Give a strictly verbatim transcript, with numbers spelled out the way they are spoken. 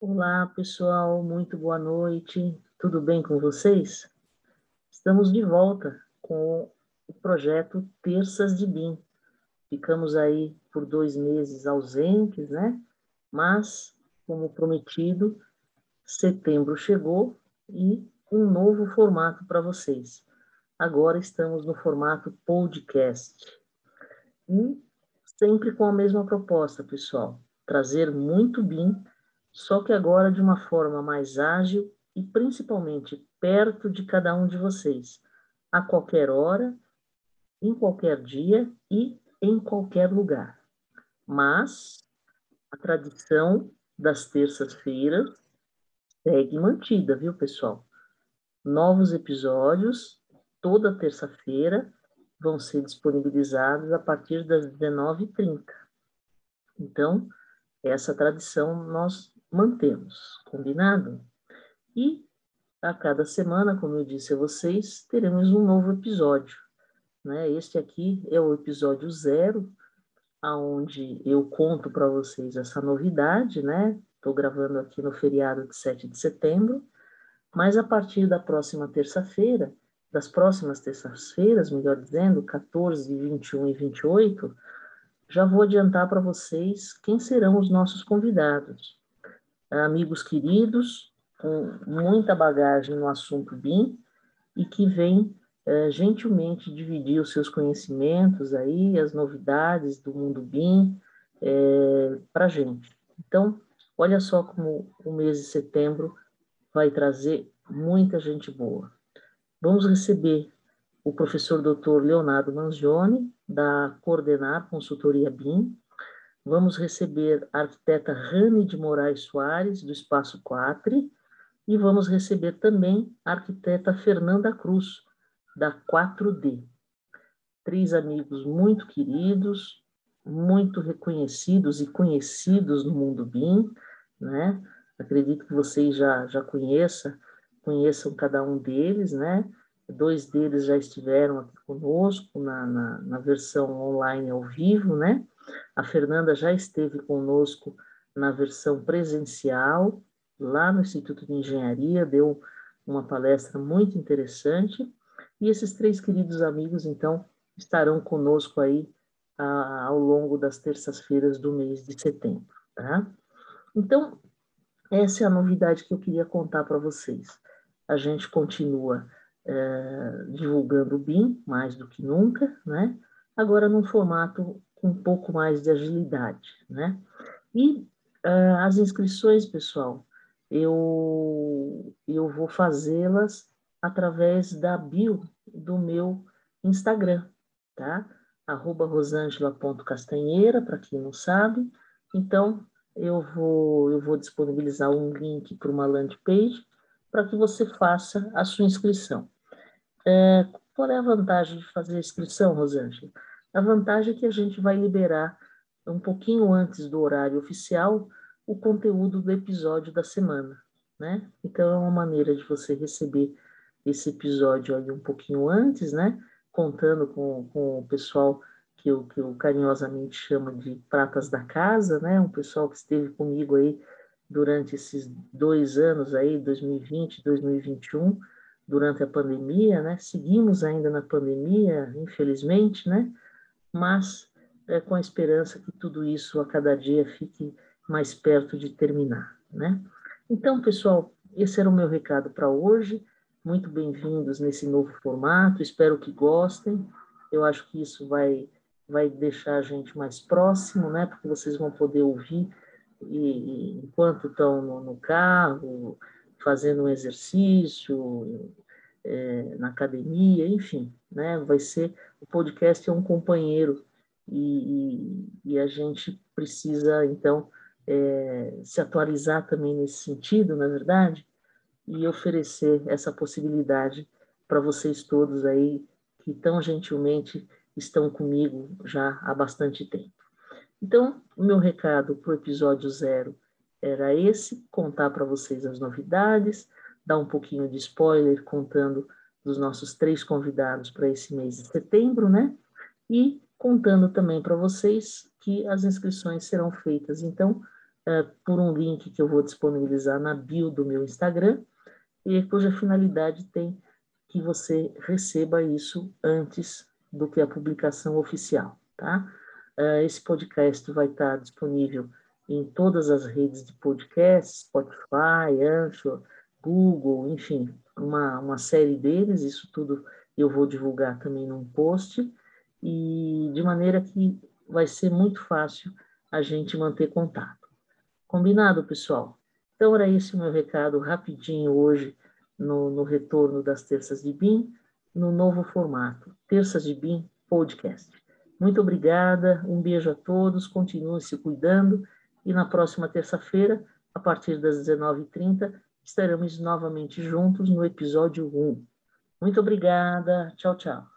Olá, pessoal, muito boa noite. Tudo bem com vocês? Estamos de volta com o projeto Terças de B I M. Ficamos aí por dois meses ausentes, né? Mas, como prometido, setembro chegou e um novo formato para vocês. Agora estamos no formato podcast. E sempre com a mesma proposta, pessoal. Trazer muito B I M, só que agora de uma forma mais ágil e principalmente perto de cada um de vocês, a qualquer hora, em qualquer dia e em qualquer lugar. Mas a tradição das terças-feiras segue mantida, viu, pessoal? Novos episódios, toda terça-feira, vão ser disponibilizados a partir das dezenove e trinta. Então, essa tradição nós mantemos, combinado? E a cada semana, como eu disse a vocês, teremos um novo episódio, né? Este aqui é o episódio zero, aonde eu conto para vocês essa novidade, né? Estou gravando aqui no feriado de sete de setembro, mas a partir da próxima terça-feira, das próximas terças-feiras, melhor dizendo, quatorze, vinte e um e vinte e oito, já vou adiantar para vocês quem serão os nossos convidados. Amigos queridos, com muita bagagem no assunto B I M e que vêm eh, gentilmente dividir os seus conhecimentos aí, as novidades do mundo B I M eh, para a gente. Então, olha só como o mês de setembro vai trazer muita gente boa. Vamos receber o professor doutor Leonardo Manzioni, da Coordenar Consultoria B I M. Vamos receber a arquiteta Rani de Moraes Soares, do Espaço quatro, e vamos receber também a arquiteta Fernanda Cruz, da quatro D. Três amigos muito queridos, muito reconhecidos e conhecidos no mundo B I M, né? Acredito que vocês já, já conheçam, conheçam cada um deles, né? Dois deles já estiveram aqui conosco na, na, na versão online ao vivo, né? A Fernanda já esteve conosco na versão presencial, lá no Instituto de Engenharia, deu uma palestra muito interessante. E esses três queridos amigos, então, estarão conosco aí ah, ao longo das terças-feiras do mês de setembro, tá? Então, essa é a novidade que eu queria contar para vocês. A gente continua é, divulgando o B I M, mais do que nunca, né? Agora num formato com um pouco mais de agilidade, né? E uh, as inscrições, pessoal, eu, eu vou fazê-las através da bio do meu Instagram, tá? arroba rosangela ponto castanheira, para quem não sabe. Então, eu vou, eu vou disponibilizar um link para uma landing page para que você faça a sua inscrição. É, qual é a vantagem de fazer a inscrição, Rosângela? A vantagem é que a gente vai liberar um pouquinho antes do horário oficial o conteúdo do episódio da semana, né? Então, é uma maneira de você receber esse episódio aí um pouquinho antes, né? Contando com, com o pessoal que eu, que eu carinhosamente chamo de pratas da casa, né? Um pessoal que esteve comigo aí durante esses dois anos aí, dois mil e vinte, dois mil e vinte e um, durante a pandemia, né? Seguimos ainda na pandemia, infelizmente, né? Mas é, com a esperança que tudo isso a cada dia fique mais perto de terminar, né? Então, pessoal, esse era o meu recado para hoje. Muito bem-vindos nesse novo formato. Espero que gostem. Eu acho que isso vai vai deixar a gente mais próximo, né? Porque vocês vão poder ouvir e, e, enquanto estão no, no carro, fazendo um exercício, é, na academia, enfim, né? Vai ser, o podcast é um companheiro e, e, e a gente precisa, então, é, se atualizar também nesse sentido, na verdade, e oferecer essa possibilidade para vocês todos aí que tão gentilmente estão comigo já há bastante tempo. Então, o meu recado para o episódio zero era esse, contar para vocês as novidades, dar um pouquinho de spoiler contando dos nossos três convidados para esse mês de setembro, né? E contando também para vocês que as inscrições serão feitas, então, uh, por um link que eu vou disponibilizar na bio do meu Instagram, e cuja finalidade tem que você receba isso antes do que a publicação oficial, tá? Uh, esse podcast vai estar disponível em todas as redes de podcast, Spotify, Anchor, Google, enfim, uma, uma série deles, isso tudo eu vou divulgar também num post, e de maneira que vai ser muito fácil a gente manter contato. Combinado, pessoal? Então, era esse o meu recado rapidinho hoje, no, no retorno das Terças de B I M, no novo formato, Terças de B I M Podcast. Muito obrigada, um beijo a todos, continuem se cuidando, e na próxima terça-feira, a partir das dezenove e trinta, estaremos novamente juntos no episódio um. Muito obrigada, tchau, tchau.